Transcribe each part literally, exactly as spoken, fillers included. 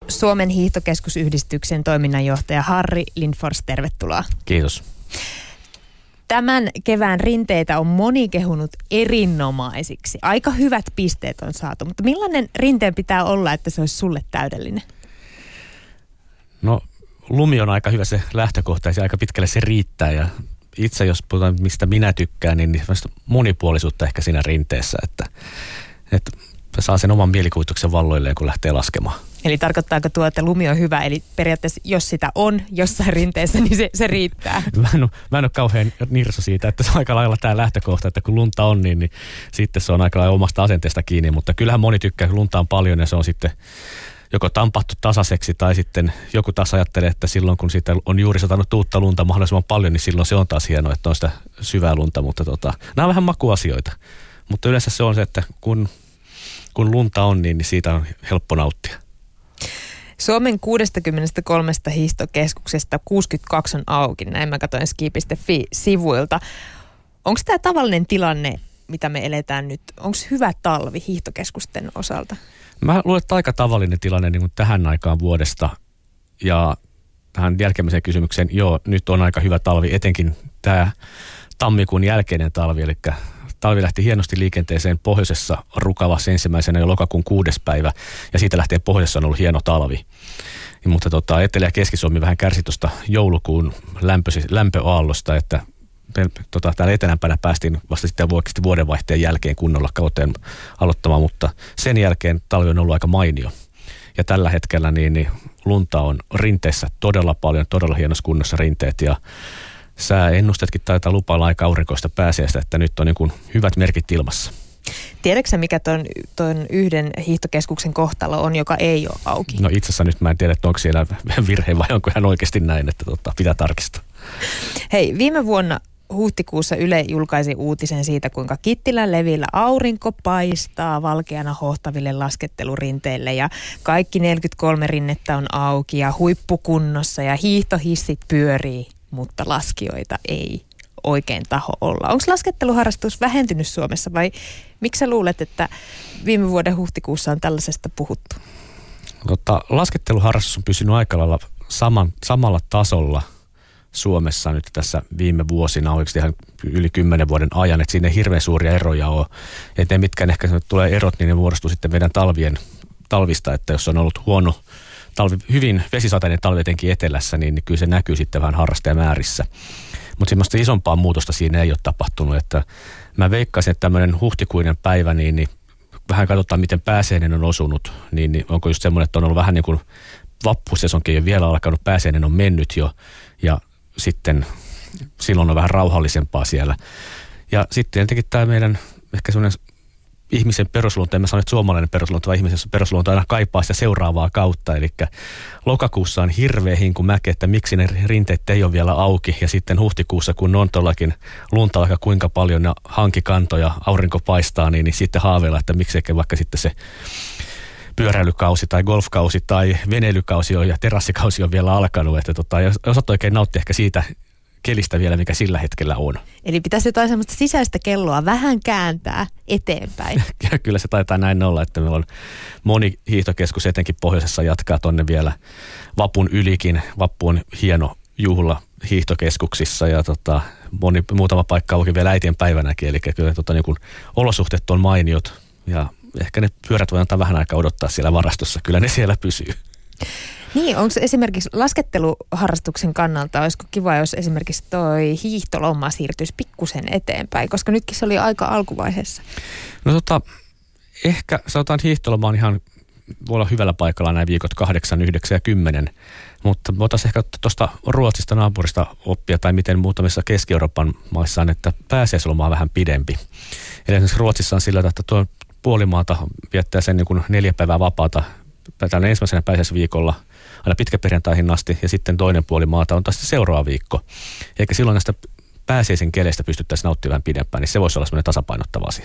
Suomen hiihtokeskusyhdistyksen toiminnanjohtaja Harri Lindfors, tervetuloa. Kiitos. Tämän kevään rinteitä on moni kehunut erinomaisiksi. Aika hyvät pisteet on saatu, mutta millainen rinteen pitää olla, että se olisi sulle täydellinen? No lumi on aika hyvä se lähtökohta ja se aika pitkälle se riittää. Ja itse jos puhutaan mistä minä tykkään, niin monipuolisuutta ehkä siinä rinteessä, että, että saa sen oman mielikuvituksen valloilleen, kun lähtee laskemaan. Eli tarkoittaako tuo, että lumi on hyvä, eli periaatteessa jos sitä on jossain rinteessä, niin se, se riittää? Mä en, ole, mä en ole kauhean nirso siitä, että se on aika lailla tämä lähtökohta, että kun lunta on, niin, niin sitten se on aika lailla omasta asenteesta kiinni, mutta kyllähän moni tykkää, kun lunta on paljon ja se on sitten joko tampattu tasaiseksi tai sitten joku taas ajattelee, että silloin kun siitä on juuri satanut uutta lunta mahdollisimman paljon, niin silloin se on taas hienoa, että on sitä syvää lunta, mutta tota, nämä on vähän makuasioita, mutta yleensä se on se, että kun, kun lunta on, niin, niin siitä on helppo nauttia. Suomen kuusikymmentäkolme hiihtokeskuksesta kuusikymmentäkaksi on auki, näin mä katsoin ski piste fi-sivuilta. Onko tämä tavallinen tilanne, mitä me eletään nyt? Onko hyvä talvi hiihtokeskusten osalta? Mä luulen, että aika tavallinen tilanne niin kuin tähän aikaan vuodesta. Ja tähän jälkimmäiseen kysymykseen, joo, nyt on aika hyvä talvi, etenkin tämä tammikuun jälkeinen talvi, eli talvi lähti hienosti liikenteeseen pohjoisessa Rukavassa ensimmäisenä jo lokakuun kuudes päivä, ja siitä lähtien pohjoisessa on ollut hieno talvi. Ja, mutta tota, Etelä- ja Keski-Suomi vähän kärsi tuosta joulukuun lämpö, lämpöaallosta, että tota, täällä etelämpänä päästiin vasta sitten vuodenvaihteen jälkeen kunnolla kauteen aloittamaan, mutta sen jälkeen talvi on ollut aika mainio. Ja tällä hetkellä niin, niin lunta on rinteessä todella paljon, todella hienossa kunnossa rinteet, ja sääennustetkin taitaa lupailla aika aurinkoista pääsiäistä, että nyt on niin kuin hyvät merkit ilmassa. Tiedätkö mikä tuon, tuon yhden hiihtokeskuksen kohtalo on, joka ei ole auki? No itse asiassa nyt mä en tiedä, että onko siellä virhe vai onko hän oikeasti näin, että tota, pitää tarkistaa. Hei, viime vuonna huhtikuussa Yle julkaisi uutisen siitä, kuinka Kittilän levillä aurinko paistaa valkeana hohtaville laskettelurinteille ja kaikki neljäkymmentäkolme rinnettä on auki ja huippukunnossa ja hiihtohissit pyörii, mutta laskijoita ei oikein taho olla. Onko lasketteluharrastus vähentynyt Suomessa vai miksi sä luulet, että viime vuoden huhtikuussa on tällaisesta puhuttu? Tota, lasketteluharrastus on pysynyt aika lailla saman, samalla tasolla Suomessa nyt tässä viime vuosina, oikeasti ihan yli kymmenen vuoden ajan, että siinä ei hirveän suuria eroja ole. Että ne mitkä ehkä tulee erot, niin ne muodostuu sitten meidän talvien talvista, että jos on ollut huono talvi, hyvin vesisateinen talvi etenkin etelässä, niin kyllä se näkyy sitten vähän harrastajamäärissä. Mutta semmoista isompaa muutosta siinä ei ole tapahtunut, että mä veikkaisin, että tämmöinen huhtikuinen päivä, niin, niin vähän katsotaan, miten pääsiäinen on osunut, niin, niin onko just semmoinen, että on ollut vähän niin kuin vappusesonkin jo vielä alkanut, pääsiäinen on mennyt jo, ja sitten silloin on vähän rauhallisempaa siellä. Ja sitten tietenkin tämä meidän ehkä semmoinen ihmisen perusluonto, en mä sano, että suomalainen perusluonto, vaan ihmisen perusluonto aina kaipaa sitä seuraavaa kautta. Eli lokakuussa on hirveä hinku mäkeä, että miksi ne rinteet ei ole vielä auki. Ja sitten huhtikuussa, kun on tuollakin lunta aika kuinka paljon ja hankikantoja, aurinko paistaa, niin, niin sitten haaveilla, että miksi vaikka sitten se pyöräilykausi tai golfkausi tai veneilykausi on ja terassikausi on vielä alkanut. Että tota, jos osaat oikein nauttia ehkä siitä kelistä vielä, mikä sillä hetkellä on. Eli pitäisi jotain semmoista sisäistä kelloa vähän kääntää eteenpäin. Kyllä se taitaa näin olla, että meillä on moni hiihtokeskus etenkin pohjoisessa jatkaa tonne vielä vapun ylikin. Vappu on hieno juhla hiihtokeskuksissa ja tota, moni, muutama paikka auki vielä äitien päivänäkin. Eli kyllä tota, niin kun olosuhteet on mainiot ja ehkä ne pyörät voi antaa vähän aikaa odottaa siellä varastossa. Kyllä ne siellä pysyy. Niin, onko esimerkiksi lasketteluharrastuksen kannalta, olisiko kiva, jos esimerkiksi toi hiihtoloma siirtyisi pikkusen eteenpäin, koska nytkin se oli aika alkuvaiheessa? No tota, ehkä sanotaan hiihtoloma on ihan, voi olla hyvällä paikalla näin viikot kahdeksan, yhdeksän ja kymmenen, mutta voitaisiin ehkä tuosta Ruotsista naapurista oppia tai miten muutamissa Keski-Euroopan maissa on, että pääsiäisloma on vähän pidempi. Eli esimerkiksi Ruotsissa on sillä, että tuo puolimaata viettää sen niin kuin neljä päivää vapaata, tällä ensimmäisenä pääsiäisviikolla aina pitkäperjantaihin asti, ja sitten toinen puoli maata on taas seuraava viikko. Eikä silloin näistä pääsiäisen keleistä pystyttäisiin nauttimaan pidempään, niin se voisi olla sellainen tasapainottava asia.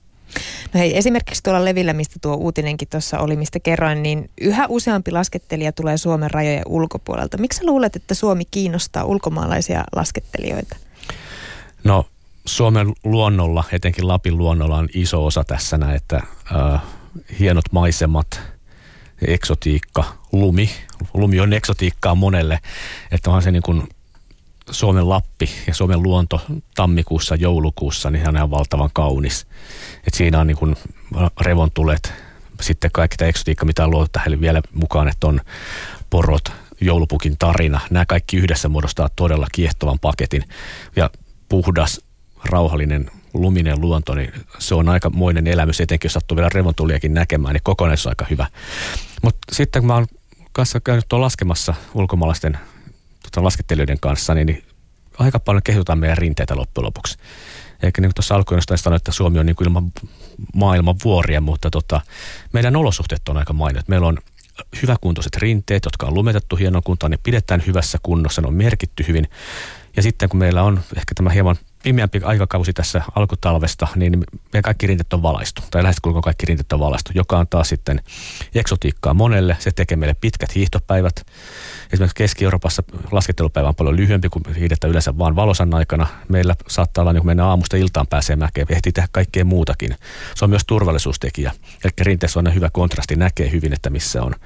No hei, esimerkiksi tuolla Levillä, mistä tuo uutinenkin tuossa oli, mistä kerroin, niin yhä useampi laskettelija tulee Suomen rajojen ulkopuolelta. Miksi sä luulet, että Suomi kiinnostaa ulkomaalaisia laskettelijoita? No Suomen luonnolla, etenkin Lapin luonnolla on iso osa tässä näin, että äh, hienot maisemat, eksotiikka, lumi. Lumi on eksotiikkaa monelle, että onhan se niin kuin Suomen Lappi ja Suomen luonto tammikuussa, joulukuussa, niin se on ihan valtavan kaunis. Et siinä on niin kuin revontulet, sitten kaikki tämä eksotiikka, mitä on luotu tähän vielä mukaan, että on porot, joulupukin tarina. Nämä kaikki yhdessä muodostaa todella kiehtovan paketin. Ja puhdas, rauhallinen, luminen luonto, niin se on aikamoinen elämys, etenkin jos sattuu vielä revontuliakin näkemään, niin kokonaisuus on aika hyvä. Mutta sitten kun mä oon kanssa käynyt tuon laskemassa ulkomaalaisten tota, laskettelijoiden kanssa, niin, niin aika paljon kehutaan meidän rinteitä loppujen lopuksi. Eikä niin kuin tuossa alkuun sanoin, että Suomi on niin kuin ilman maailman vuoria, mutta tota, meidän olosuhteet on aika mainit. Meillä on hyväkuntoiset rinteet, jotka on lumetettu hienon kuntoon, ne pidetään hyvässä kunnossa, ne on merkitty hyvin. Ja sitten kun meillä on ehkä tämä hieman pimeämpi aikakausi tässä alkutalvesta, niin meidän kaikki rinteet on valaistu, tai lähestulkoon kaikki rinteet on valaistu, joka on taas sitten eksotiikkaa monelle. Se tekee meille pitkät hiihtopäivät. Esimerkiksi Keski-Euroopassa laskettelupäivä on paljon lyhyempi, kuin hiihdetään yleensä vaan valosan aikana. Meillä saattaa olla, niin kun mennään aamusta iltaan pääsee mäkeen, ehtii tehdä kaikkea muutakin. Se on myös turvallisuustekijä. Eli rinteessä on hyvä kontrasti, näkee hyvin, että missä on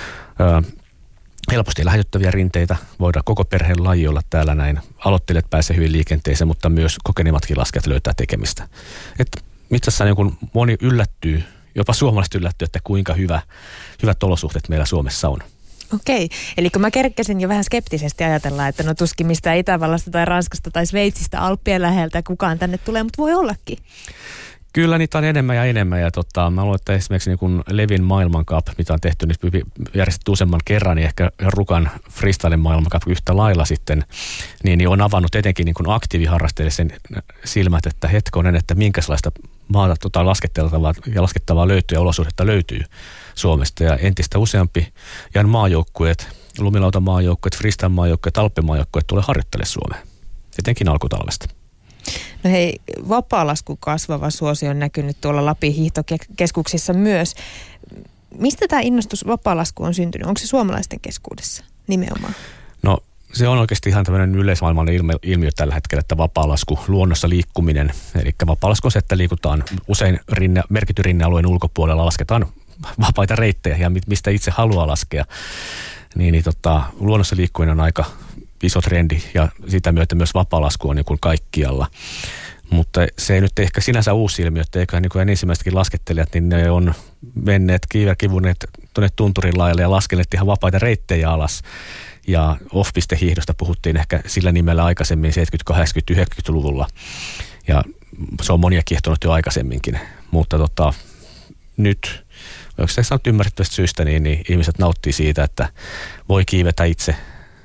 Öö, helposti lähetettäviä rinteitä. Voidaan koko perheen laji olla täällä näin. Aloittelijat pääsee hyvin liikenteeseen, mutta myös kokenematkin laskijat löytää tekemistä. Että itse asiassa niin kun moni yllättyy, jopa suomalaiset yllättyy, että kuinka hyvä, hyvät olosuhteet meillä Suomessa on. Okei, eli kun mä kerkkäsin jo vähän skeptisesti ajatella, että no tuskin mistään Itävallasta tai Ranskasta tai Sveitsistä Alppien läheltä kukaan tänne tulee, mutta voi ollakin. Kyllä niitä on enemmän ja enemmän. Ja tota, mä luulen, että esimerkiksi niin kuin Levin maailmancup, mitä on tehty nyt järjestetty useamman kerran, niin ehkä Rukan freestyle maailmancup yhtä lailla sitten, niin, niin on avannut etenkin niin kuin aktiiviharrastajille sen silmät, että hetkonen, että minkälaista maata tota, laskettavaa ja laskettavaa löytyy ja olosuhdetta löytyy Suomesta. Ja entistä useampi ihan maajoukkueet, lumilautamaajoukkueet, freestyle-maajoukkueet, alppimaajoukkueet tulee harjoittelemaan Suomeen, etenkin alkutalvesta. No hei, vapaalaskun kasvava suosio on näkynyt tuolla Lapin hiihtokeskuksissa myös. Mistä tämä innostus vapaalasku on syntynyt? Onko se suomalaisten keskuudessa nimenomaan? No se on oikeasti ihan tämmöinen yleismaailmallinen ilmiö tällä hetkellä, että vapaalasku, luonnossa liikkuminen. Eli vapaalasku on se, että liikutaan usein rinne, merkitty rinnealueen ulkopuolella, lasketaan vapaita reittejä ja mistä itse haluaa laskea. Niin, niin tota, luonnossa liikkuminen on aika iso trendi ja sitä myötä myös vapaalasku on niin kuin kaikkialla. Mutta se ei nyt ehkä sinänsä uusi ilmiö, että eiköhän niin kuin ensimmäisetkin laskettelijat, niin ne on menneet kiiverkivuneet tuonne tunturin laajalle ja laskeneet ihan vapaita reittejä alas. Ja off-pistehiihdosta puhuttiin ehkä sillä nimellä aikaisemmin seitsemänkymmentä-, kahdeksankymmentä-, yhdeksänkymmentäluvulla. Ja se on monia kiehtonut jo aikaisemminkin. Mutta tota, nyt, onko se saanut ymmärrettävästä syystä, niin, niin ihmiset nauttii siitä, että voi kiivetä itse,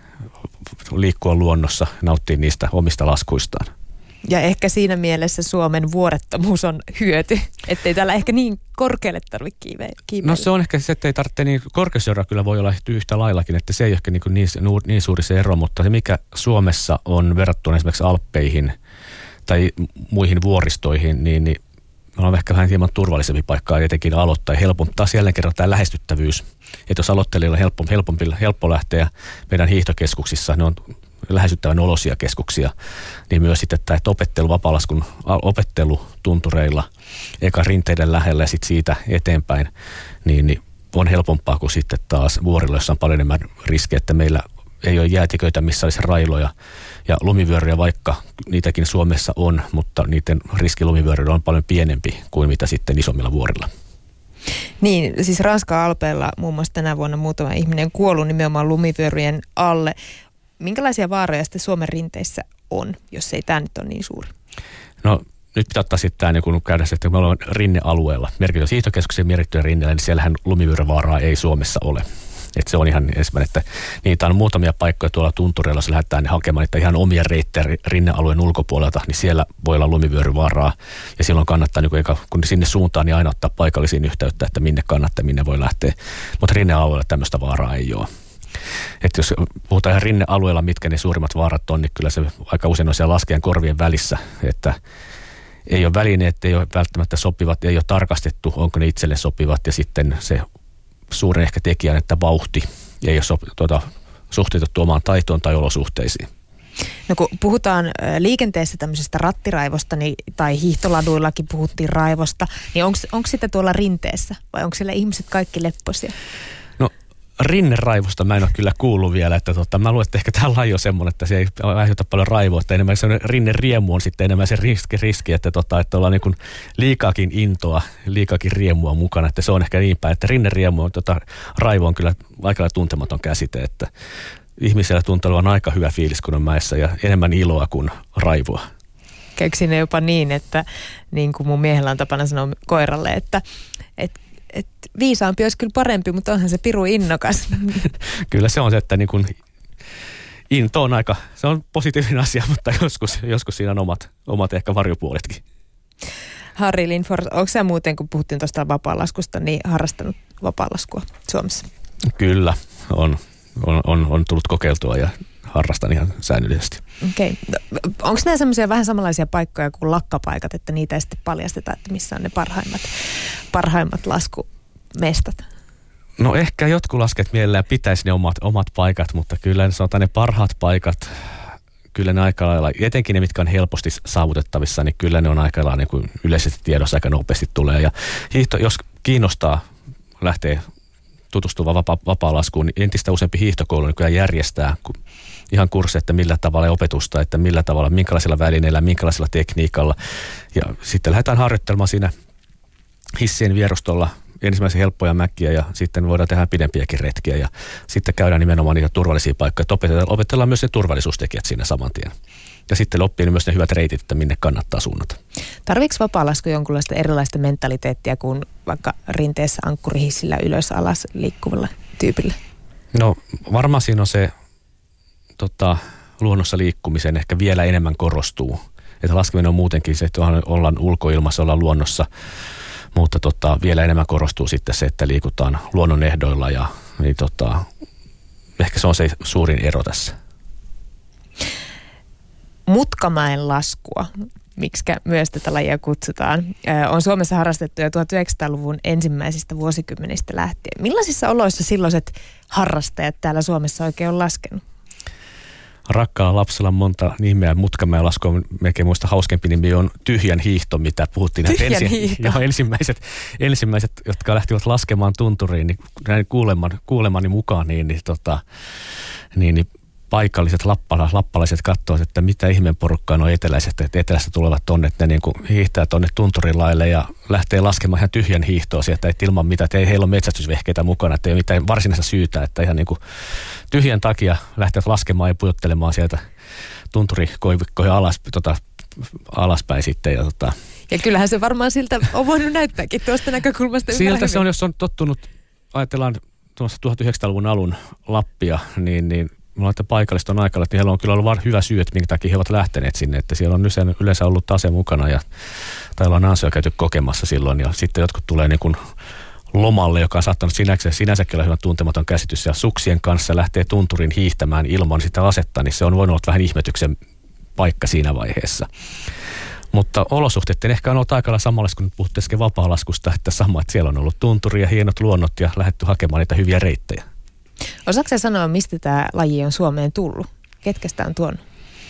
liikkua luonnossa, nauttia niistä omista laskuistaan. Ja ehkä siinä mielessä Suomen vuorettomuus on hyöty, ettei täällä ehkä niin korkealle tarvitse kiiveillä. No se on ehkä se, että ei tarvitse, niin korkeusseura kyllä voi olla yhtä laillakin, että se ei ehkä niin, niin, niin suuri se ero, mutta se mikä Suomessa on verrattuna esimerkiksi Alppeihin tai muihin vuoristoihin, niin, niin me ollaan ehkä vähän hieman turvallisempi paikkaa etenkin aloittaa ja helpompi. Taas jälleen kerran tämä lähestyttävyys, että jos aloittelijalla on helppo, helpompi, helppo lähteä meidän hiihtokeskuksissa, ne on lähestyttävän olosia keskuksia, niin myös sitten tämä opettelu, vapaalaskun opettelu tuntureilla, eka rinteiden lähellä ja sitten siitä eteenpäin, niin, niin on helpompaa kuin sitten taas vuorilla, jossa on paljon enemmän riskejä, että meillä ei ole jäätiköitä, missä olisi railoja ja lumivyöryjä, vaikka niitäkin Suomessa on, mutta niiden riski lumivyöryillä on paljon pienempi kuin mitä sitten isommilla vuorilla. Niin, siis Ranskan alpeilla muun muassa tänä vuonna muutama ihminen kuollut nimenomaan lumivyöryjen alle. Minkälaisia vaaroja sitten Suomen rinteissä on, jos ei tämä nyt ole niin suuri? No nyt pitää ottaa sitten tämä, niin kun käydään, että me ollaan rinnealueella, merkitys hiihtokeskuksen merkittyä rinneellä, niin siellähän lumivyöryvaaraa ei Suomessa ole. Että se on ihan ensimmäinen, että niitä on muutamia paikkoja tuolla tuntureilla, jos lähdetään hakemaan niitä ihan omia reittejä rinnealueen ulkopuolelta, niin siellä voi olla lumivyöryvaaraa. Ja silloin kannattaa, niin kun, kun sinne suuntaan, niin aina ottaa paikallisiin yhteyttä, että minne kannattaa, minne voi lähteä. Mutta rinnealueella tämmöistä vaaraa ei ole. Että jos puhutaan ihan rinnealueella, mitkä ne suurimmat vaarat on, niin kyllä se aika usein on siellä laskijan korvien välissä, että ei ole välineet, ei ole välttämättä sopivat, ei ole tarkastettu, onko ne itselle sopivat ja sitten se suurin ehkä tekijä on, että vauhti ei ole so, tuota, suhteutettu omaan taitoon tai olosuhteisiin. No kun puhutaan liikenteessä tämmöisestä rattiraivosta niin, tai hiihtoladuillakin puhuttiin raivosta, niin onko sitä tuolla rinteessä vai onko siellä ihmiset kaikki lepposia? No rinneraivosta mä en ole kyllä kuullut vielä, että tota, mä luulen, että ehkä tämä laji on semmoinen, että se ei aiheuta paljon raivoa, että enemmän se rinneriemu on sitten enemmän se riski, riski että, tota, että ollaan niin kuin liikaakin intoa, liikaakin riemua mukana, että se on ehkä niin päin, että rinneriemu on, tota, raivo on kyllä aika lailla tuntematon käsite, että ihmisellä tuntuu olevan aika hyvä fiilis, kun on mäessä ja enemmän iloa kuin raivoa. Käykö sinne jopa niin, että niin kuin mun miehellä on tapana sanoa koiralle, että, että Et viisaampi olisi kyllä parempi, mutta onhan se piru innokas. Kyllä se on se, että niin kun into on aika, se on positiivinen asia, mutta joskus, joskus siinä on omat, omat ehkä varjopuoletkin. Harri Lindfors, onko sä muuten, kun puhuttiin tuosta vapaalaskusta, niin harrastanut vapaalaskua Suomessa? Kyllä, on, on, on, on tullut kokeiltua ja harrastan ihan säännöllisesti. Okei. Okay. Onko nämä semmoisia vähän samanlaisia paikkoja kuin lakkapaikat, että niitä ei sitten paljasteta, että missä on ne parhaimmat, parhaimmat laskumestat? No ehkä jotkut lasket mielellään pitäisi ne omat, omat paikat, mutta kyllä sanotaan ne parhaat paikat, kyllä ne aika lailla, etenkin ne, mitkä on helposti saavutettavissa, niin kyllä ne on aika lailla niin kuin yleisesti tiedossa aika nopeasti tulee. Ja hiihto, jos kiinnostaa lähteä tutustumaan vapa- vapaa-laskuun, niin entistä useampi hiihtokoulu niin kyllä järjestää ihan kurssi, että millä tavalla opetusta, että millä tavalla, minkälaisilla välineillä, minkälaisella tekniikalla. Ja sitten lähdetään harjoittelemaan siinä hissien vierustolla ensimmäisiä helppoja mäkkiä ja sitten voidaan tehdä pidempiäkin retkiä ja sitten käydään nimenomaan niitä turvallisia paikkoja. Opetellaan, opetellaan myös ne turvallisuustekijät siinä saman tien. Ja sitten oppii myös ne hyvät reitit, että minne kannattaa suunnata. Tarviiko vapaalasku jonkunlaista erilaista mentaliteettia kuin vaikka rinteessä ankkurihissillä ylös alas liikkuvalla tyypillä? No varmaan siinä on se tota, luonnossa liikkumisen ehkä vielä enemmän korostuu. Että laskeminen on muutenkin se, että ollaan ulkoilmassa, ollaan luonnossa, mutta tota, vielä enemmän korostuu sitten se, että liikutaan luonnon ehdoilla ja niin, tota, ehkä se on se suurin ero tässä. Mutkamäen laskua, miksikä myös tätä lajia kutsutaan, on Suomessa harrastettu jo tuhatyhdeksänsataaluvun ensimmäisistä vuosikymmenistä lähtien. Millaisissa oloissa silloiset harrastajat täällä Suomessa oikein on laskenut? Rakkaalla lapsella on monta nimeä. Mutkamäen lasku on melkein muista hauskempi nimi on Tyhjän hiihto, mitä puhuttiin. Tyhjän ensi, hiihto. Joo, ensimmäiset, ensimmäiset, jotka lähtivät laskemaan tunturiin, niin näin kuuleman, kuulemani mukaan, niin, niin, tota, niin, niin paikalliset lappala, lappalaiset katsovat, että mitä ihmeen porukkaa on eteläisestä, että etelästä tulevat tonne, että ne niin kuin hiihtää tonne tunturilaille ja lähtee laskemaan ihan tyhjän hiihtoa sieltä, että ilman mitä, että ei heillä ole metsästysvehkeitä mukana, että ei ole mitään varsinaista syytä, että ihan niin kuin tyhjän takia lähtevät laskemaan ja pujottelemaan sieltä tunturikoivikkoihin alas, tota, alaspäin sitten. Ja, tota. ja kyllähän se varmaan siltä on voinut näyttääkin tuosta näkökulmasta. Siltä se on, jos on tottunut, ajatellaan tuossa tuhatyhdeksänsataaluvun alun Lappia, niin, niin mulla on paikallista on aikalla, että heillä on kyllä ollut vain hyvä syy, että minkä takia he ovat lähteneet sinne, että siellä on yleensä ollut ase mukana ja tai ollaan ansio käyty kokemassa silloin ja sitten jotkut tulee niin kuin lomalle, joka on saattanut sinänsä, sinänsäkin olla hyvän tuntematon käsitys ja suksien kanssa lähtee tunturin hiihtämään ilman sitä asetta, niin se on voinut olla vähän ihmetyksen paikka siinä vaiheessa. Mutta olosuhteet ehkä on ollut aika lailla samanlaista, kun puhuttiin äsken vapaalaskusta, että sama, että siellä on ollut tunturi ja hienot luonnot ja lähdetty hakemaan niitä hyviä reittejä. Osaatko sä sanoa, mistä tämä laji on Suomeen tullut? Ketkä sitä on tuonut?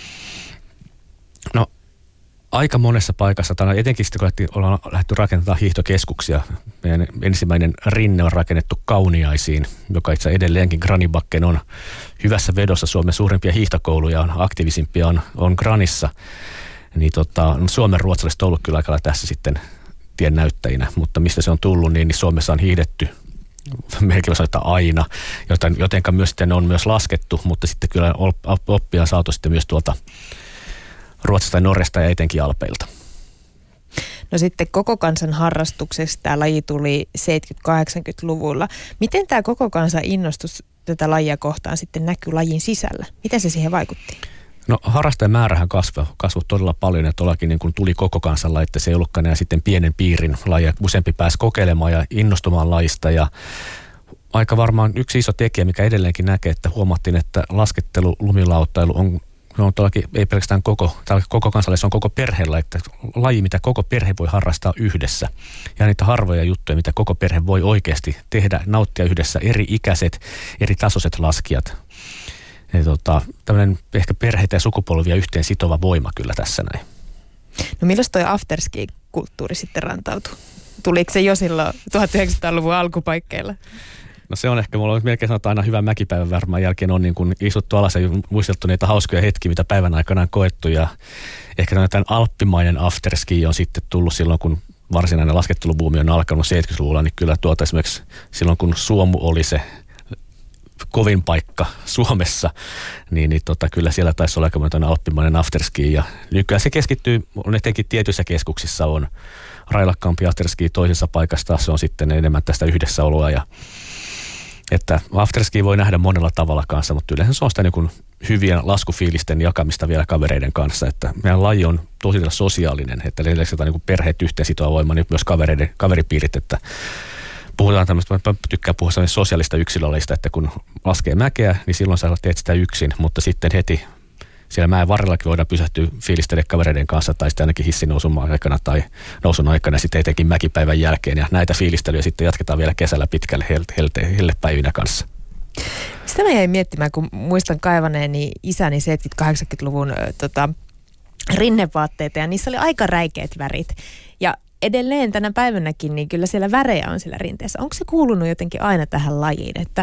No aika monessa paikassa, tai etenkin sitten kun ollaan lähdetty rakentamaan hiihtokeskuksia. Meidän ensimmäinen rinne on rakennettu Kauniaisiin, joka itse edelleenkin Granibacken on hyvässä vedossa. Suomen suurimpia hiihtokouluja on, aktiivisimpia on, on Granissa. Niin tota, Suomen ruotsalaiset on ollut kyllä aika tässä sitten tien näyttäjinä, mutta mistä se on tullut, niin, niin Suomessa on hiihdetty melkein sanotaan aina, joten, jotenka myös sitten on myös laskettu, mutta sitten kyllä oppia on saatu sitten myös tuolta Ruotsista ja Norjasta ja etenkin Alpeilta. No sitten koko kansan harrastuksessa tämä laji tuli seitsemänkymmentä-kahdeksankymmentäluvulla. Miten tämä koko kansan innostus tätä lajia kohtaan sitten näkyy lajin sisällä? Miten se siihen vaikutti? No harrastajamäärähän kasvoi, kasvoi todella paljon ja tuollakin niin kuin tuli koko kansalla, että se ei ollutkaan enää sitten pienen piirin lajia. Useampi pääsi kokeilemaan ja innostumaan lajista ja aika varmaan yksi iso tekijä, mikä edelleenkin näkee, että huomattiin, että laskettelu, lumilauttailu on, on todellakin, ei pelkästään koko, koko kansalle, se on koko perheellä, että laji, mitä koko perhe voi harrastaa yhdessä. Ja niitä harvoja juttuja, mitä koko perhe voi oikeasti tehdä, nauttia yhdessä, eri ikäiset, eri tasoiset laskijat. Ja tota, tämmöinen ehkä perheitä ja sukupolvia yhteen sitova voima kyllä tässä näin. No milloin toi afterski-kulttuuri sitten rantautui? Tuliko se jo silloin tuhatyhdeksänsataaluvun alkupaikkeilla? No se on ehkä, mulla on melkein sanotaan aina hyvän mäkipäivän varmaan jälkeen on niin kuin istuttu alas ja muisteltu niitä hauskoja hetkiä, mitä päivän aikana on koettu. Ja ehkä tämän alppimainen afterski on sitten tullut silloin, kun varsinainen laskettelubuumi on alkanut seitsemänkymmentäluvulla, niin kyllä tuota esimerkiksi silloin, kun Suomu oli se kovin paikka Suomessa, niin, niin tota, kyllä siellä taisi olla aika alppimainen afterski. Ja nykyään se keskittyy, on etenkin tietyissä keskuksissa on railakkaampi afterski, toisessa paikassa se on sitten enemmän tästä yhdessäoloa. Ja, että afterski voi nähdä monella tavalla kanssa, mutta yleensä se on sitä niin kuin hyvien laskufiilisten jakamista vielä kavereiden kanssa. Että meidän laji on tosi sosiaalinen, että lisäksi jotain niin kuin perheet yhteen sitova voima, niin myös kavereiden, kaveripiirit, että puhutaan tämmöistä, mä tykkään puhua sosiaalista yksilöllistä, että kun laskee mäkeä, niin silloin sä teet sitä yksin, mutta sitten heti siellä mäen varrellakin voidaan pysähtyä fiilistele kavereiden kanssa tai sitten ainakin hissin nousun aikana tai nousun aikana sitten etenkin mäkipäivän jälkeen. Ja näitä fiilistelyjä sitten jatketaan vielä kesällä pitkälle hellepäivinä kanssa. Sitä mä jäin miettimään, kun muistan kaivaneeni isäni seitsemänkymmentä-kahdeksankymmentäluvun tota, rinnevaatteita ja niissä oli aika räikeät värit. Ja edelleen tänä päivänäkin, niin kyllä siellä värejä on siellä rinteessä. Onko se kuulunut jotenkin aina tähän lajiin, että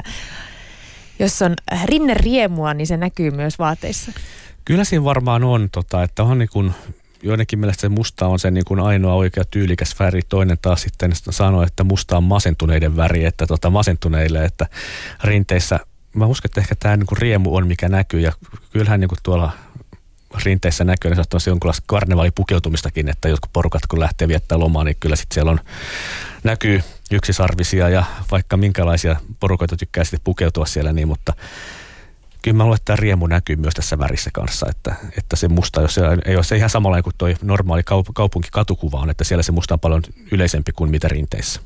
jos on rinneriemua, niin se näkyy myös vaateissa? Kyllä siinä varmaan on, tota, että on niin kuin, joidenkin mielestä se musta on se niin kuin ainoa oikea tyylikäs väri. Toinen taas sitten sanoo, että musta on masentuneiden väri, että tota, masentuneille, että rinteissä, mä uskon, että ehkä tämä niin kuin riemu on, mikä näkyy ja kyllähän niin kuin tuolla rinteissä näkyy, niin saattaa olla jonkinlaista karnevaalipukeutumistakin, että jotkut porukat kun lähtee viettää lomaa, niin kyllä sitten siellä on, näkyy yksisarvisia ja vaikka minkälaisia porukoita tykkää sitten pukeutua siellä, niin, mutta kyllä mä luulen, että tämä riemu näkyy myös tässä värissä kanssa, että, että se musta, jos se ei ole se ihan samalla kuin tuo normaali kaup- kaupunkikatukuva on, että siellä se musta on paljon yleisempi kuin mitä rinteissä.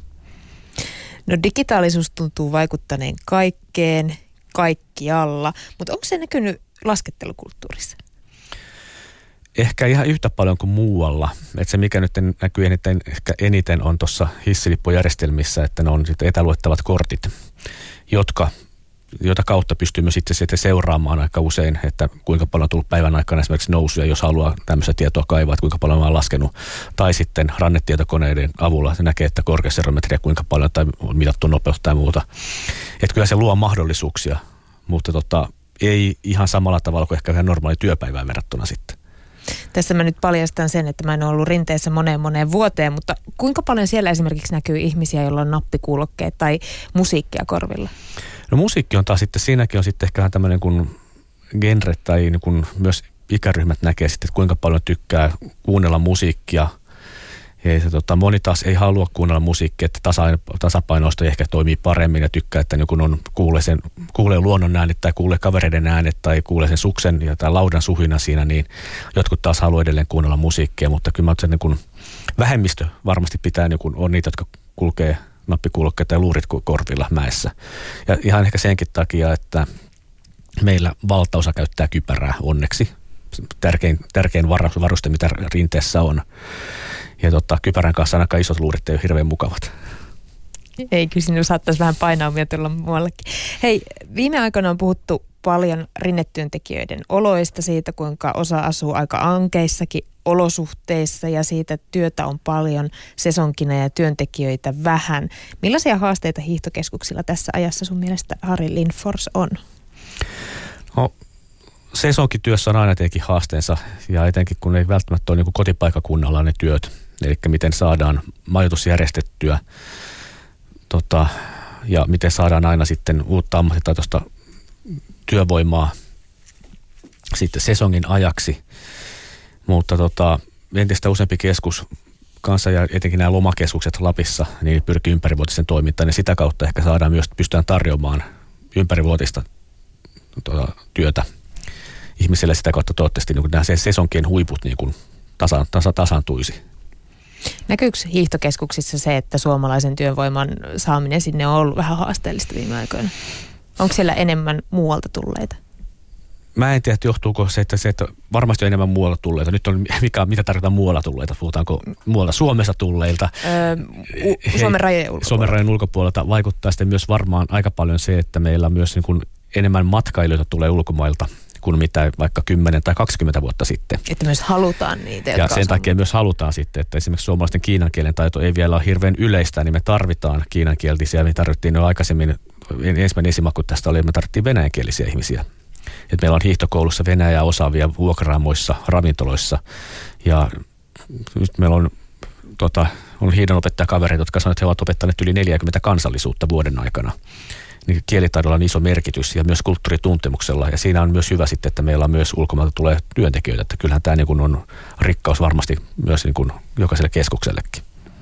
No digitaalisuus tuntuu vaikuttaneen kaikkeen, kaikkialla, mutta onko se näkynyt laskettelukulttuurissa? Ehkä ihan yhtä paljon kuin muualla. Että se mikä nyt näkyy eniten, ehkä eniten on tuossa hissilippujärjestelmissä, että ne on sitten etäluettavat kortit, jotka, jota kautta pystyy myös itse sitten seuraamaan aika usein, että kuinka paljon on tullut päivän aikana esimerkiksi nousuja, jos haluaa tämmöistä tietoa kaivaa, että kuinka paljon on laskenut. Tai sitten rannetietokoneiden avulla se näkee, että korkeusserometriä kuinka paljon tai on mitattu nopeutta tai muuta. Että kyllä se luo mahdollisuuksia, mutta tota, ei ihan samalla tavalla kuin ehkä ihan normaali työpäivään verrattuna sitten. Tässä mä nyt paljastan sen, että mä en ole ollut rinteessä moneen moneen vuoteen, mutta kuinka paljon siellä esimerkiksi näkyy ihmisiä, joilla on nappikuulokkeet tai musiikkia korvilla? No musiikki on taas sitten, siinäkin on sitten ehkä tämmöinen kuin genre tai niin kuin myös ikäryhmät näkee sitten, että kuinka paljon tykkää kuunnella musiikkia. Ja se, tota, moni taas ei halua kuunnella musiikkia, että tasa, tasapainoista ehkä toimii paremmin ja tykkää, että kun on, kuulee, sen, kuulee luonnon äänet tai kuulee kavereiden äänet tai kuulee sen suksen ja tai laudan suhina siinä, niin jotkut taas haluaa edelleen kuunnella musiikkia, mutta kyllä mä oon, niin kun vähemmistö varmasti pitää, niin kun on niitä, jotka kulkee nappikuulokkeita ja luurit korvilla mäessä. Ja ihan ehkä senkin takia, että meillä valtaosa käyttää kypärää onneksi. Tärkein, tärkein varuste, mitä rinteessä on. Ja tota, kypärän kanssa ainakaan isot luurit ei ole hirveän mukavat. Ei, kyllä sinun saattaisi vähän painaumia tulla muuallekin. Hei, viime aikoina on puhuttu paljon rinnetyöntekijöiden oloista, siitä kuinka osa asuu aika ankeissakin olosuhteissa ja siitä, että työtä on paljon sesonkina ja työntekijöitä vähän. Millaisia haasteita hiihtokeskuksilla tässä ajassa sun mielestä, Harri Lindfors, on? No, sesonkityössä on aina tietenkin haasteensa ja etenkin kun ei välttämättä ole niin kuin kotipaikkakunnalla ne työt, eli miten saadaan majoitus järjestettyä tota, ja miten saadaan aina sitten uutta ammattitaitoista työvoimaa sitten sesongin ajaksi. Mutta tota, entistä useampi keskus kanssa ja etenkin nämä lomakeskukset Lapissa, niin pyrkii ympärivuotisen toimintaan ja sitä kautta ehkä saadaan myös pystytään tarjoamaan ympärivuotista tota, työtä ihmisille sitä kautta toivottavasti niin nämä sesonkien huiput niin kuin tasa, tasa, tasaantuisi. Näkyykö hiihtokeskuksissa se, että suomalaisen työvoiman saaminen sinne on ollut vähän haasteellista viime aikoina? Onko siellä enemmän muualta tulleita? Mä en tiedä, että johtuuko se, että, se, että varmasti on enemmän muualta tulleita. Nyt on, mikä, mitä tarkoittaa muualta tulleita? Puhutaanko muualta Suomessa tulleilta? Öö, u- Suomen rajojen ulkopuolelta. Suomen rajojen ulkopuolelta vaikuttaa sitten myös varmaan aika paljon se, että meillä on myös niin kuin enemmän matkailijoita tulee ulkomailta kuin mitä vaikka kymmenen tai kaksikymmentä vuotta sitten. Että myös halutaan niitä, ja sen takia myös halutaan sitten, että esimerkiksi suomalaisten kiinan kielen taito ei vielä ole hirveän yleistä, niin me tarvitaan kiinan kieltisiä. Me tarvittiin jo aikaisemmin ensimmäinen esimaku tästä oli, että me tarvittiin venäjänkielisiä ihmisiä. Että meillä on hiihtokoulussa venäjää osaavia vuokraamoissa, ravintoloissa ja nyt meillä on, tota, on hiihdonopettajakavereita, jotka sanoivat, että he ovat opettaneet yli neljäkymmentä kansallisuutta vuoden aikana. Niin kielitaidolla on iso merkitys ja myös kulttuurituntemuksella ja siinä on myös hyvä sitten, että meillä on myös ulkomailta tulee työntekijöitä, että kyllähän tämä niin kuin on rikkaus varmasti myös niin kuin jokaiselle keskuksellekin.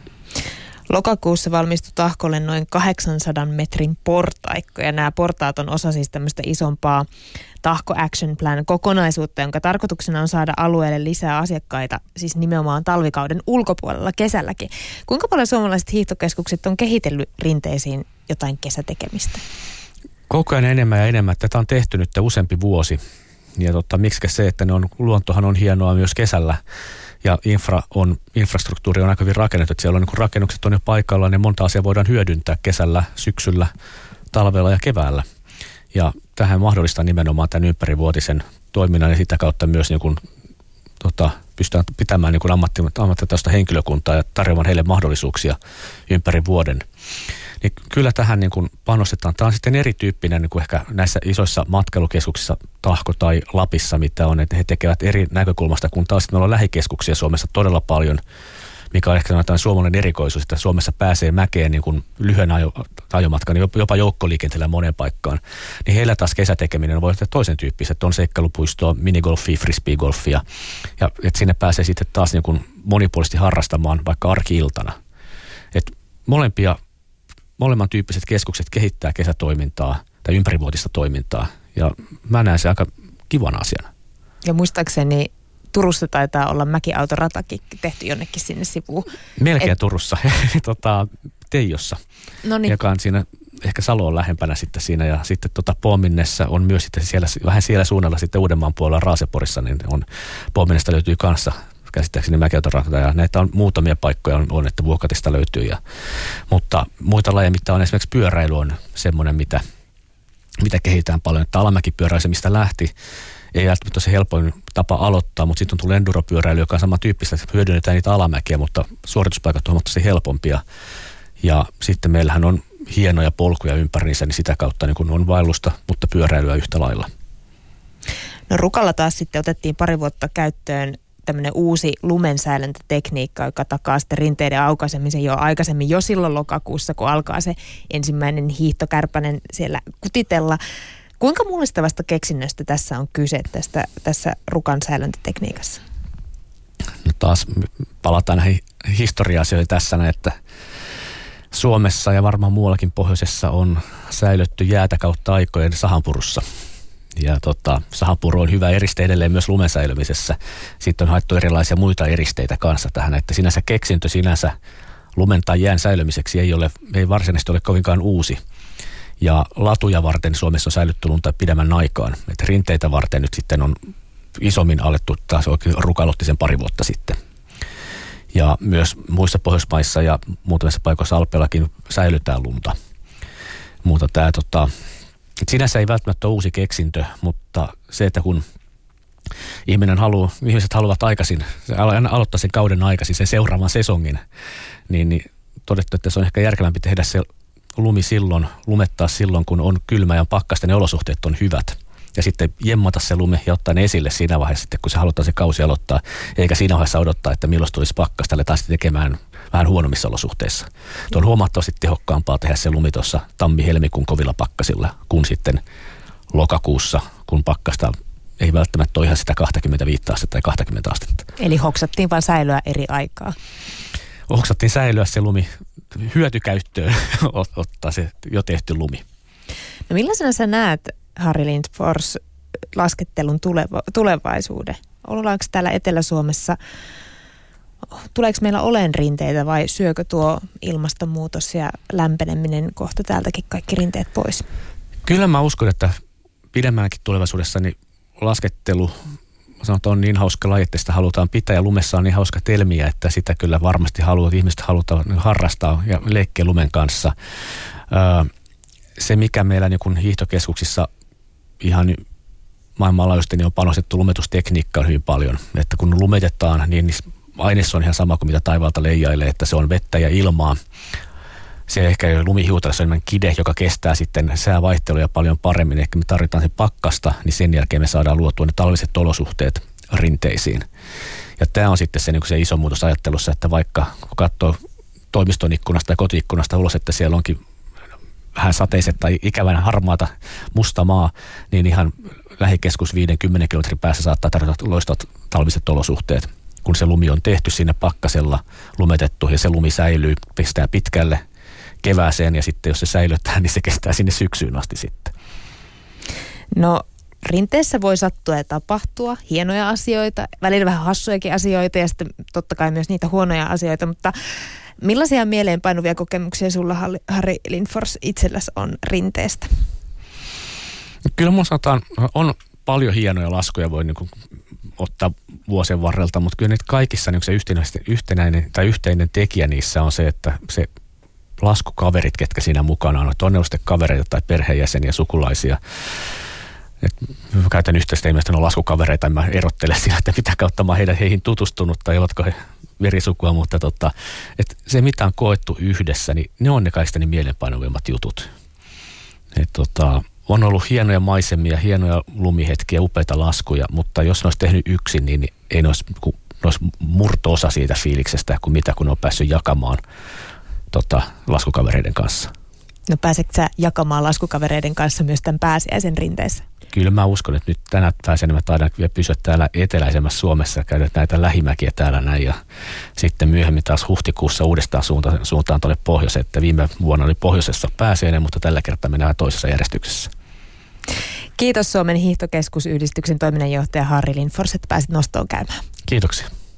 Lokakuussa valmistui Tahkolle noin kahdeksansadan metrin portaikko ja nämä portaat on osa siis tämmöistä isompaa Tahko Action Plan -kokonaisuutta, jonka tarkoituksena on saada alueelle lisää asiakkaita, siis nimenomaan talvikauden ulkopuolella kesälläkin. Kuinka paljon suomalaiset hiihtokeskukset on kehitellyt rinteisiin jotain kesätekemistä? Koko ajan enemmän ja enemmän. Tätä on tehty nyt useampi vuosi. Ja totta, miksikä se, että ne on, luontohan on hienoa myös kesällä. Ja infra on, infrastruktuuri on aika hyvin rakennettu, että siellä on niin rakennukset on jo paikallaan ja monta asiaa voidaan hyödyntää kesällä, syksyllä, talvella ja keväällä. Ja tähän mahdollistaa nimenomaan tämän ympärivuotisen toiminnan ja sitä kautta myös niin kuin, tota, pystytään pitämään niin kuin ammatti, ammattitaista henkilökuntaa ja tarjoamaan heille mahdollisuuksia ympäri vuoden. Niin kyllä tähän niin kuin panostetaan. Tämä on sitten erityyppinen niin kuin ehkä näissä isoissa matkailukeskuksissa, Tahko tai Lapissa, mitä on, että he tekevät eri näkökulmasta, kun taas meillä on lähikeskuksia Suomessa todella paljon, mikä on ehkä sanotaan suomalainen erikoisuus, että Suomessa pääsee mäkeen niin kuin lyhyen ajo, ajomatkan, niin jopa joukkoliikenteellä moneen paikkaan. Niin heillä taas kesätekeminen voi olla toisen tyyppiset, on seikkailupuistoa, minigolfia, frisbeegolfia, ja että sinne pääsee sitten taas niin kuin monipuolisesti harrastamaan vaikka arki-iltana. Että molempia Molemman tyyppiset keskukset kehittää kesätoimintaa tai ympärivuotista toimintaa ja mä näen se aika kivana asiana. Ja muistaakseni Turussa taitaa olla mäkiautoratakin tehty jonnekin sinne sivuun. Melkein Et... Turussa, tota, Teijossa, Noniin. joka on siinä, ehkä Salo on lähempänä sitten siinä ja sitten tota Poominnessa on myös sitten siellä, vähän siellä suunnalla sitten Uudenmaan puolella Raaseporissa, niin on Poominnesta löytyy kanssa käsittääkseni mäkiautorata ja näitä on muutamia paikkoja on, on että Vuokatista löytyy. Ja, mutta muita lajeja, mitä on esimerkiksi pyöräily on semmoinen, mitä, mitä kehitetään paljon. Että alamäkipyöräily se, mistä lähti, ei välttämättä ole se helpoin tapa aloittaa, mutta sitten on tullut enduropyöräily, joka on samantyyppistä, että hyödynnetään niitä alamäkiä, mutta suorituspaikat on huomattavasti helpompia. Ja sitten meillähän on hienoja polkuja ympäriinsä, niin sitä kautta niin kun on vaellusta, mutta pyöräilyä yhtä lailla. No Rukalla taas sitten otettiin pari vuotta käyttöön tämmöinen uusi lumensäilöntätekniikka, joka takaa sitten rinteiden aukaisemisen jo aikaisemmin, jo silloin lokakuussa, kun alkaa se ensimmäinen hiihtokärpänen siellä kutitella. Kuinka mullistavasta keksinnöstä tässä on kyse tästä, tässä Rukan säilöntätekniikassa? No taas palataan näihin historia-asioihin tässä, että Suomessa ja varmaan muuallakin pohjoisessa on säilytty jäätä kautta aikojen sahanpurussa. Ja tota, sahapuru on hyvä eriste edelleen myös lumen säilymisessä. Sitten on haettu erilaisia muita eristeitä kanssa tähän, että sinänsä keksintö sinänsä lumen tai jään säilymiseksi ei ole, ei varsinaisesti ole kovinkaan uusi. Ja latuja varten Suomessa on säilytty lunta pidemmän aikaan. Että rinteitä varten nyt sitten on isommin alettu, taas oikein Ruka aloitti sen pari vuotta sitten. Ja myös muissa Pohjoismaissa ja muutamissa paikoissa Alpeillakin säilytään lunta. Mutta tämä tota, sinänsä ei välttämättä ole uusi keksintö, mutta se, että kun ihminen haluaa, ihmiset haluavat aikaisin, aloittaa sen kauden aikaisin, sen seuraavan sesongin, niin, niin todettu, että se on ehkä järkevämpi tehdä se lumi silloin, lumettaa silloin, kun on kylmä ja pakkasta, ne olosuhteet on hyvät. Ja sitten jemmata se lumi ja ottaa ne esille siinä vaiheessa, sitten, kun se halutaan se kausi aloittaa, eikä siinä vaiheessa odottaa, että milloin tulisi pakkasta, aletaan sitten tekemään vähän huonommissa olosuhteissa. Tuo on huomattavasti tehokkaampaa tehdä se lumi tuossa tammi-helmikuun kovilla pakkasilla, kuin sitten lokakuussa, kun pakkasta ei välttämättä ole ihan sitä kaksikymmentäviisi astetta tai kaksikymmentä astetta. Eli hoksattiin vaan säilyä eri aikaa. Hoksattiin säilyä se lumi hyötykäyttöön, ottaa se jo tehty lumi. No millaisena sä näet, Harri Lindfors, laskettelun tuleva, tulevaisuuden? Ollaanko täällä Etelä-Suomessa, tuleeko meillä olen rinteitä vai syökö tuo ilmastonmuutos ja lämpeneminen kohta täältäkin kaikki rinteet pois? Kyllä mä uskon, että pidemmälläkin tulevaisuudessa niin laskettelu, sanotaan, on niin hauska laji, että sitä halutaan pitää ja lumessa on niin hauska telmiä, että sitä kyllä varmasti haluat, ihmiset halutaan harrastaa ja leikkiä lumen kanssa. Öö, se, mikä meillä niin kun hiihtokeskuksissa ihan maailmanlaajuisesti niin on panostettu lumetustekniikkaan hyvin paljon. Että kun lumetetaan, niin aines on ihan sama kuin mitä taivaalta leijailee, että se on vettä ja ilmaa. Se ehkä lumihiutaleessa on enemmän kide, joka kestää sitten säävaihteluja paljon paremmin. Ehkä me tarvitaan sen pakkasta, niin sen jälkeen me saadaan luotua ne talviset olosuhteet rinteisiin. Ja tämä on sitten se, niin se iso muutos ajattelussa, että vaikka kun katsoo toimiston ikkunasta tai kotiikkunasta ulos, että siellä onkin vähän sateiset tai ikävän harmaata musta maa, niin ihan lähikeskus viisikymmentä kilometrin päässä saattaa tarjota loistavat talviset olosuhteet. Kun se lumi on tehty sinne pakkasella lumetettu ja se lumi säilyy, pestää pitkälle kevääseen ja sitten jos se säilytään, niin se kestää sinne syksyyn asti sitten. No rinteessä voi sattua ja tapahtua hienoja asioita, välillä vähän hassujakin asioita ja sitten totta kai myös niitä huonoja asioita, mutta millaisia mieleenpainuvia kokemuksia sulla, Harri Lindfors, itselläsi on rinteestä? Kyllä mun sanotaan, on paljon hienoja laskuja voi niin kuin ottaa vuosien varrelta, mutta kyllä niitä kaikissa niin se yhtenäinen tai yhteinen tekijä niissä on se, että se laskukaverit, ketkä siinä mukana on, että on ne sitten kavereita tai perheenjäseniä, sukulaisia. Et mä käytän yhteistä ilmeisesti on laskukavereita, en mä erottele sillä, että mitä kautta mä heidän heihin tutustunut tai ovatko he verisukua, mutta tota, et se mitä on koettu yhdessä, niin ne on ne kaikista niin mielenpainuvimmat jutut. Et tota, on ollut hienoja maisemia, hienoja lumihetkiä, upeita laskuja, mutta jos ne olisi tehnyt yksin, niin ei ne olisi, ne olisi murto-osa siitä fiiliksestä, kuin mitä kun ne on päässyt jakamaan tota, laskukavereiden kanssa. No pääsetkö sä jakamaan laskukavereiden kanssa myös tämän pääsiäisen rinteessä? Kyllä mä uskon, että nyt tänä pääsenä mä taidan vielä pysyä täällä eteläisemmässä Suomessa ja käydä näitä lähimäkiä täällä näin ja sitten myöhemmin taas huhtikuussa uudestaan suuntaan, suuntaan tuonne pohjoiseen, että viime vuonna oli pohjoisessa pääsiäinen, mutta tällä kertaa mennään toisessa järjestyksessä. Kiitos Suomen hiihtokeskusyhdistyksen toiminnanjohtaja Harri Lindfors, että pääsit nostoon käymään. Kiitoksia.